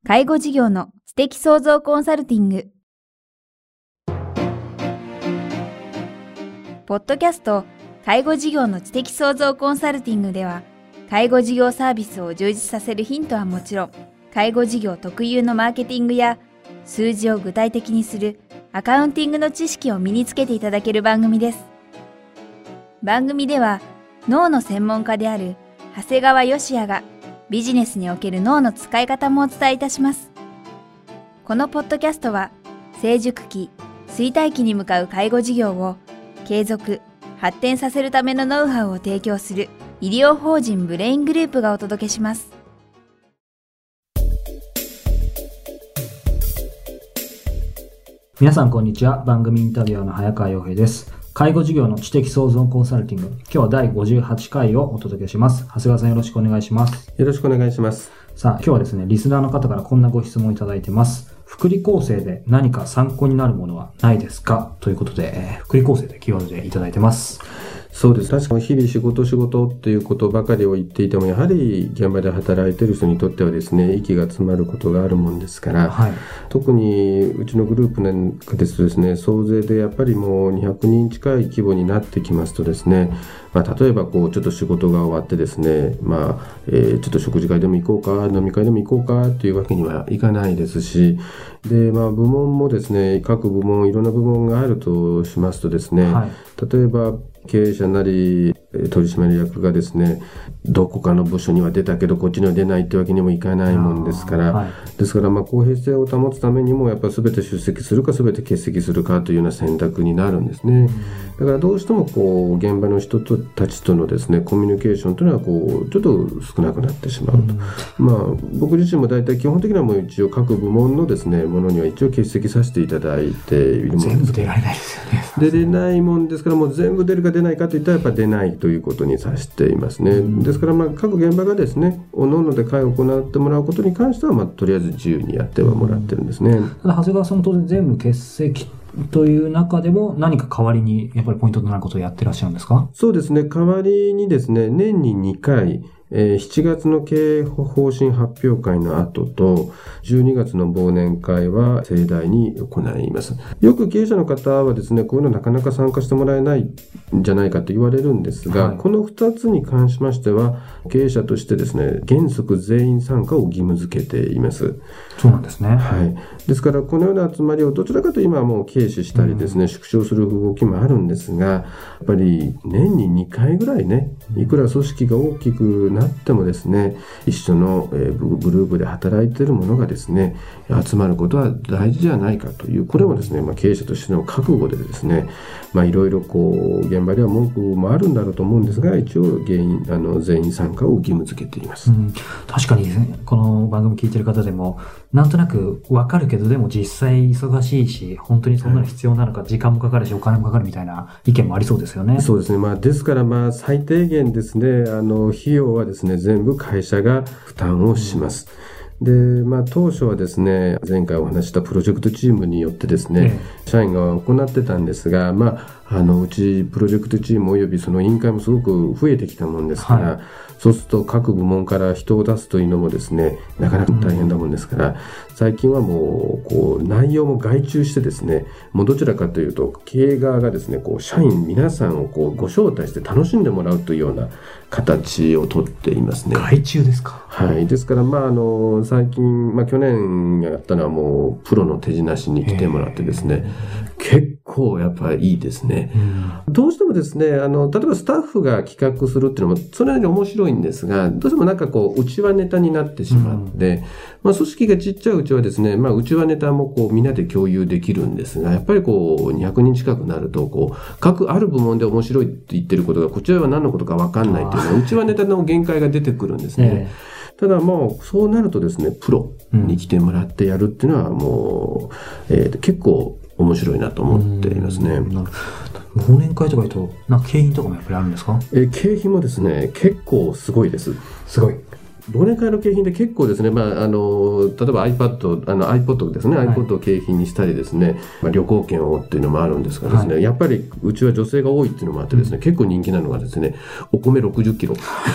介護事業の知的創造コンサルティング。ポッドキャスト介護事業の知的創造コンサルティングでは、介護事業サービスを充実させるヒントはもちろん、介護事業特有のマーケティングや数字を具体的にするアカウンティングの知識を身につけていただける番組です。番組では脳の専門家である長谷川芳也がビジネスにおける脳の使い方もお伝えいたします。このポッドキャストは成熟期、衰退期に向かう介護事業を継続、発展させるためのノウハウを提供する医療法人ブレイングループがお届けします。 皆さんこんにちは。番組インタビュアーの早川洋平です。介護事業の知的創造コンサルティング、今日は第58回をお届けします。長谷川さん、よろしくお願いします。 よろしくお願いします。 さあ、今日はですね、リスナーの方からこんなご質問をいただいてます。福利厚生で何か参考になるものはないですかということで、福利厚生でキーワードでいただいてます。 そうです。確かに日々仕事っていうことばかりを言っていても、やはり現場で働いている人にとってはですね、息が詰まることがあるもんですから、はい、特にうちのグループなんかですとですね、総勢でやっぱりもう200人近い規模になってきますとですね、例えばちょっと仕事が終わってですね、ちょっと食事会でも行こうか、飲み会でも行こうかっていうわけにはいかないですし、で、部門もですね、各部門いろんな部門があるとしますとですね、はい、例えば経営者なり取締役がですね、どこかの部署には出たけどこっちには出ないってわけにもいかないもんですから、はい、ですから公平性を保つためにもやっぱり全て出席するか全て欠席するかというような選択になるんですね。だからどうしても現場の人たちとのですね、コミュニケーションというのはちょっと少なくなってしまうと。僕自身も大体基本的にはもう一応各部門のですね、ものには一応欠席させていただいているものです。 全部出られないですよね。 出れないもんですから、もう全部出るか出ないかといったらやっぱり出ないということにさせていますね。ですから各現場がですね、各々で会を行ってもらうことに関してはとりあえず自由にやってはもらってるんですね。 ただ長谷川さんも当然全部欠席という中でも何か代わりにやっぱりポイントとなることをやってらっしゃるんですか？ そうですね。代わりにですね、年に2回、7月の経営方針発表会の後と12月の忘年会は盛大に行います。よく経営者の方はですね、こういうのなかなか参加してもらえないんじゃないかと言われるんですが、はい、この2つに関しましては経営者としてですね、原則全員参加を義務付けています。 そうなんですね。 はい。ですからこのような集まりをどちらかと今はもう軽視したりですね、縮小する動きもあるんですが、やっぱり年に2回ぐらいね、いくら組織が大きくなってもですね、一緒のグループで働いている者がですね、集まることは大事じゃないかという、これもですね、経営者としての覚悟でですね、いろいろ現場では文句もあるんだろうと思うんですが、一応全員参加を義務付けています。 確かにですね、この番組聞いてる方でもなんとなくわかるけど、でも実際忙しいし、本当にそんなの必要なのか、時間もかかるしお金もかかるみたいな意見もありそうですよね。 そうですね。ですから最低限ですね、費用はですね、全部会社が負担をします。で、当初はですね、前回お話したプロジェクトチームによってですね、社員が行ってたんですが、うちプロジェクトチームおよびその委員会もすごく増えてきたもんですから、はい、そうすると各部門から人を出すというのもですね、なかなか大変なもんですから、最近はもう内容も外注してですね、もうどちらかというと経営側がですね、社員皆さんをご招待して楽しんでもらうというような形をとっていますね。 外注ですか？ はい。ですから最近、去年やったのはもうプロの手品師に来てもらってですね、結構やっぱりいいですね。どうしてもですね、例えばスタッフが企画するっていうのもそれなりに面白いんですが、どうしても内輪ネタになってしまって、組織がちっちゃいうちはですね、内輪ネタもみんなで共有できるんですが、やっぱり200人近くなると各ある部門で面白いって言ってることがこちらは何のことか分かんないっていうのは内輪ネタの限界が出てくるんですね。ただそうなるとですね、プロに来てもらってやるっていうのはもう、結構面白いなと思っていますね。 忘年会とか言うと景品とかもやっぱりあるんですか？ 景品もですね、結構すごいです。 すごい。 忘年会の景品で結構ですね、例えば iPod ですね、はい、iPod を景品にしたりですね、旅行券をっていうのもあるんですがですね、はい、やっぱりうちは女性が多いっていうのもあってですね、結構人気なのがですね、お米60キロ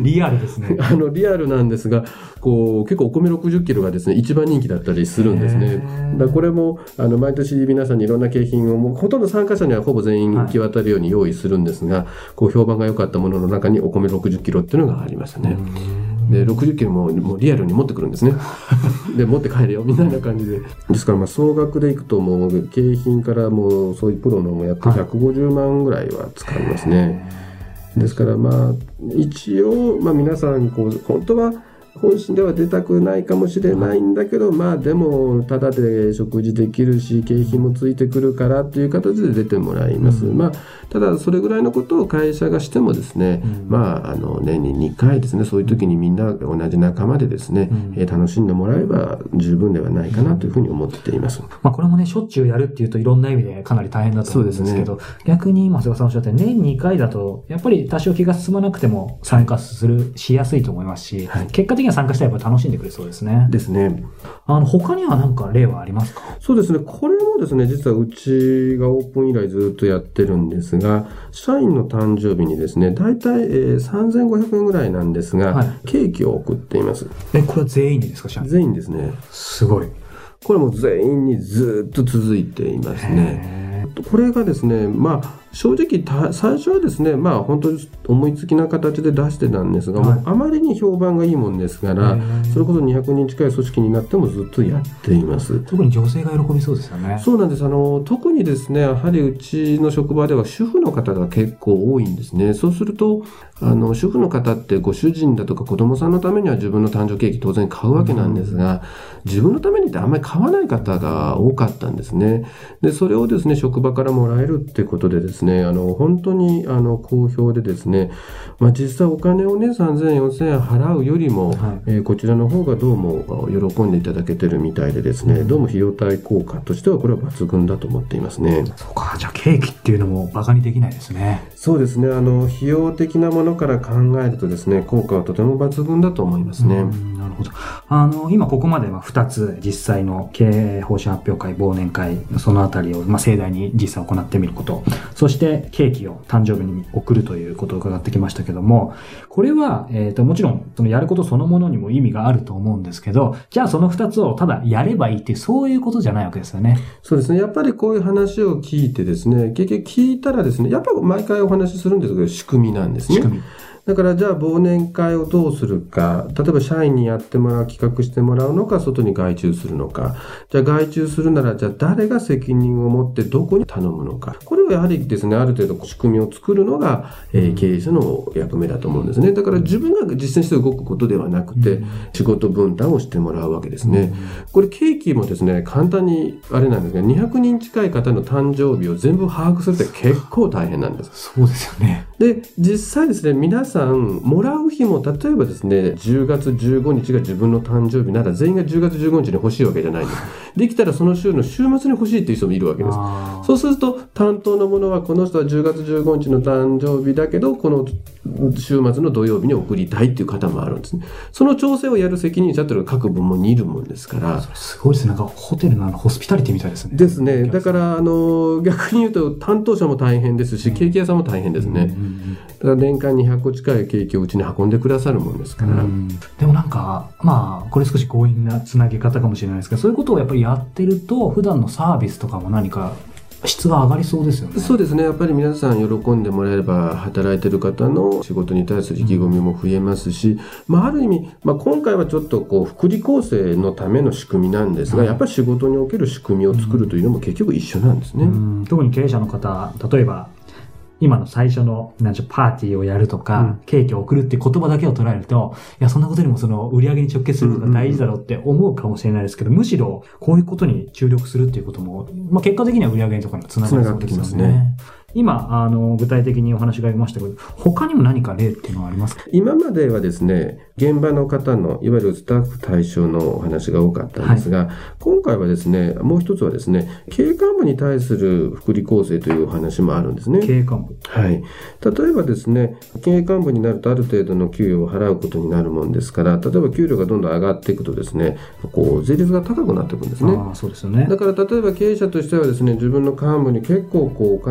リアルですね。 リアルなんですが、結構お米60キロがですね、一番人気だったりするんですね。だこれも、毎年皆さんにいろんな景品を、もうほとんど参加者にはほぼ全員行き渡るように用意するんですが、評判が良かったものの中にお米60キロっていうのがありましたね。で、60キロもリアルに持ってくるんですね。で、持って帰れよ、みたいな感じで。ですから、総額でいくともう、景品からもう、そういうプロのもやって150万ぐらいは使いますね。ですから、一応、皆さん、本当は、本心では出たくないかもしれないんだけど、でもタダで食事できるし景品もついてくるからという形で出てもらいます。ただそれぐらいのことを会社がしてもですね、年に2回ですね、そういう時にみんな同じ仲間でですね、楽しんでもらえば十分ではないかなというふうに思っています。 これもね、しょっちゅうやるっていうといろんな意味でかなり大変だと思うんですけど、逆に今長谷川さんおっしゃった年に2回だとやっぱり多少気が進まなくても参加しやすいと思いますし、結果的には参加したらやっぱり楽しんでくれそうですね。 ですね。 他には何か例はありますか？ そうですね。これもですね、実はうちがオープン以来ずっとやってるんですが、社員の誕生日にですね、だいたい3500円ぐらいなんですが、ケーキを送っています。 これは全員にですか？社員全員ですね。 すごい。 これも全員にずっと続いていますね。これがですね、正直最初はですね、本当に思いつきな形で出してたんですが、あまりに評判がいいもんですから、それこそ200人近い組織になってもずっとやっています。 特に女性が喜びそうですよね。 そうなんです。特にですね、やはりうちの職場では主婦の方が結構多いんですね。そうすると主婦の方ってご主人だとか子供さんのためには自分の誕生ケーキ当然買うわけなんですが、自分のためにってあんまり買わない方が多かったんですね。でそれをですね、職場からもらえるってことでですね、本当に好評でですね、実際お金をね3000円4000円払うよりも、こちらの方がどうも喜んでいただけてるみたいでですね、どうも費用対効果としてはこれは抜群だと思っていますね。 そうか、じゃあケーキっていうのもバカにできないですね。 そうですね、費用的なものから考えるとですね、効果はとても抜群だと思いますね。 なるほど。今ここまでは2つ実際の経営方針発表会、忘年会、そのあたりを盛大に実際行ってみること、そしてケーキを誕生日に送るということを伺ってきましたけども、これは、もちろんそのやることそのものにも意味があると思うんですけど、じゃあその2つをただやればいいってそういうことじゃないわけですよね。 そうですね。やっぱりこういう話を聞いてですね、結局聞いたらですね、やっぱり毎回お話しするんですけど、仕組みなんですね。仕組み。だからじゃあ忘年会をどうするか、例えば社員にやってもらう、企画してもらうのか、外に外注するのか、じゃあ外注するならじゃあ誰が責任を持ってどこに頼むのか、これをやはりですね、ある程度仕組みを作るのが、経営者の役目だと思うんですね。だから自分が実践して動くことではなくて、仕事分担をしてもらうわけですね。これケーキもですね、簡単にあれなんですが、200人近い方の誕生日を全部把握するって結構大変なんです。 そうですよね。 で、実際ですね、皆さんもらう日も例えばですね、10月15日が自分の誕生日なら全員が10月15日に欲しいわけじゃないんです。できたらその週の週末に欲しいっていう人もいるわけです。そうすると担当の者はこの人は10月15日の誕生日だけどこの週末の土曜日に送りたいっていう方もあるんですね。その調整をやる責任者というのが各部門にいるもんですから。 それすごいですね。なんかホテルのホスピタリティみたいですね。 ですね。だから逆に言うと担当者も大変ですし、ケーキ屋さんも大変ですね。だから年間に100個近いケーキをうちに運んでくださるもんですから。 でもなんかこれ少し強引なつなげ方かもしれないですけど、そういうことをやっぱりやってると普段のサービスとかも何か質が上がりそうですよね。 そうですね。やっぱり皆さん喜んでもらえれば働いてる方の仕事に対する意気込みも増えますし、ある意味、今回はちょっと福利厚生のための仕組みなんですが、やっぱり仕事における仕組みを作るというのも結局一緒なんですね。 特に経営者の方、例えば今の最初のパーティーをやるとか、ケーキを送るって言葉だけを捉えると、いやそんなことよりもその売り上げに直結することが大事だろうって思うかもしれないですけど、むしろこういうことに注力するっていうことも、結果的には売り上げとかにつながりそうですよね。今具体的にお話がありましたけど、他にも何か例っていうのはありますか？ 今まではですね、現場の方のいわゆるスタッフ対象のお話が多かったんですが、今回はですね、もう一つはですね、経営幹部に対する福利厚生というお話もあるんですね。 経営幹部、 はい。例えばですね、経営幹部になるとある程度の給与を払うことになるもんですから、例えば給料がどんどん上がっていくとですね、税率が高くなっていくんですね。 そうですよね。 だから例えば経営者としてはですね、自分の幹部に結構お金を払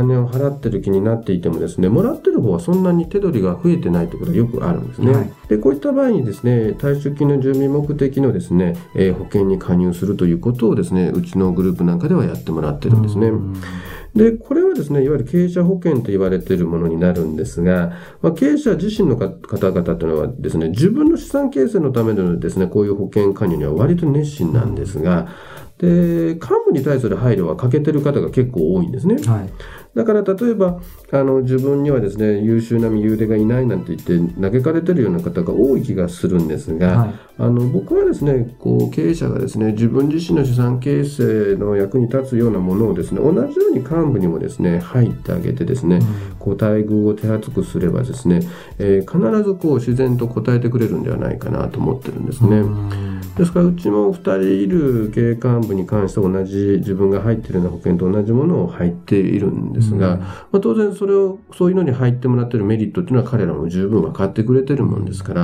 ってる気になっていてもですね、もらってる方はそんなに手取りが増えてないということがよくあるんですね。はい、でこういった場合にですね、退職金の住民目的のですね、保険に加入するということをですね、うちのグループなんかではやってもらってるんですね。でこれはですね、いわゆる経営者保険と言われているものになるんですが、経営者自身の方々というのはですね、自分の資産形成のためのですね、こういう保険加入には割と熱心なんですが、で幹部に対する配慮は欠けてる方が結構多いんですね。はい、だから例えば自分にはですね、優秀な右腕がいないなんて言って嘆かれてるような方が多い気がするんですが、はい、僕はですね、経営者がですね、自分自身の資産形成の役に立つようなものをですね、同じように幹部にもですね入ってあげてですね、待遇を手厚くすればですね、必ず自然と応えてくれるんではないかなと思ってるんですね。ですからうちも2人いる経営幹部に関して同じ自分が入っているような保険と同じものを入っているんですが、当然そういうのに入ってもらっているメリットというのは彼らも十分分かってくれているもんですから、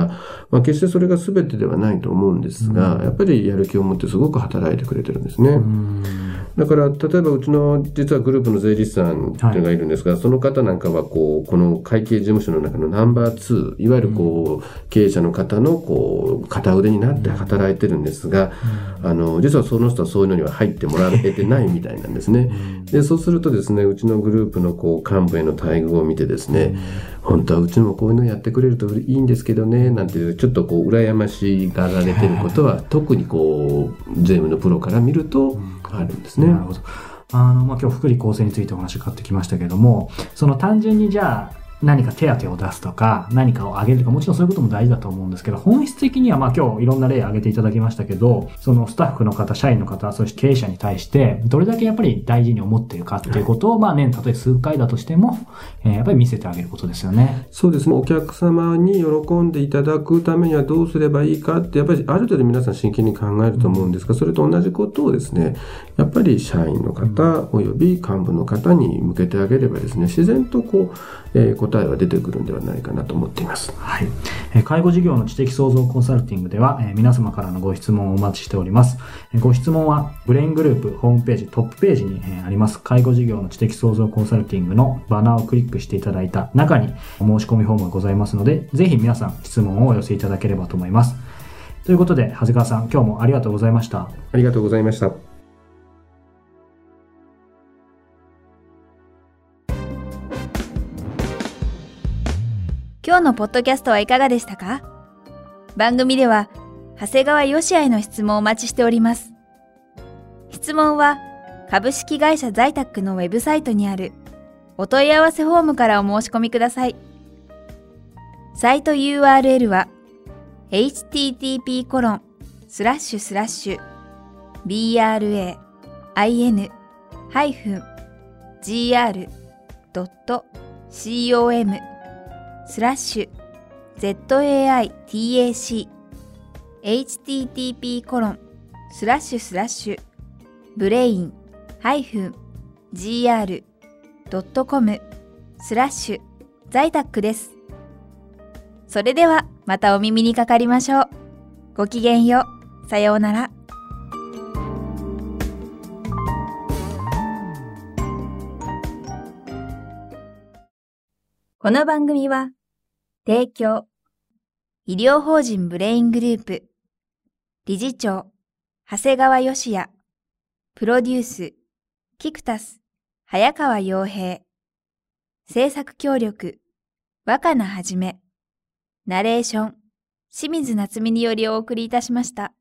決してそれが全てではないと思うんですが、やっぱりやる気を持ってすごく働いてくれてるんですね。だから例えばうちの実はグループの税理士さんっていうのがいるんですが、その方なんかはこの会計事務所の中のナンバー2、いわゆる経営者の方の片腕になって働いてるんですが、実はその人はそういうのには入ってもらえてないみたいなんですね。でそうするとですね、うちのグループの幹部への待遇を見てですね、本当はうちもこういうのやってくれるといいんですけどねなんてちょっと羨ましがられてることは特に税務のプロから見るとあるんですね。 なるほど。今日福利厚生についてお話伺ってきましたけれども、単純にじゃあ何か手当を出すとか何かを上げるとか、もちろんそういうことも大事だと思うんですけど、本質的には今日いろんな例挙げていただきましたけど、そのスタッフの方、社員の方、そして経営者に対してどれだけやっぱり大事に思っているかっていうことを、年たとえ数回だとしても、やっぱり見せてあげることですよね。 そうですね。お客様に喜んでいただくためにはどうすればいいかって、やっぱりある程度皆さん真剣に考えると思うんですが、それと同じことをですね、やっぱり社員の方および幹部の方に向けてあげればですね、自然と答えは出てくるんではないかなと思っています。 はい。介護事業の知的創造コンサルティングでは、皆様からのご質問をお待ちしております。ご質問はブレイングループホームページトップページに、あります介護事業の知的創造コンサルティングのバナーをクリックしていただいた中にお申し込みフォームがございますので、ぜひ皆さん質問をお寄せいただければと思います。ということで、長谷川さん、今日もありがとうございました。 ありがとうございました。 今日のポッドキャストはいかがでしたか？番組では長谷川よしあへの質問をお待ちしております。質問は株式会社在宅のウェブサイトにあるお問い合わせフォームからお申し込みください。サイト URL は brain-gr.com/在宅です。それではまたお耳にかかりましょう。ごきげんよう。さようなら。この番組は提供医療法人ブレイングループ理事長長谷川芳也プロデュースキクタス早川洋平制作協力若菜はじめナレーション清水夏美によりお送りいたしました。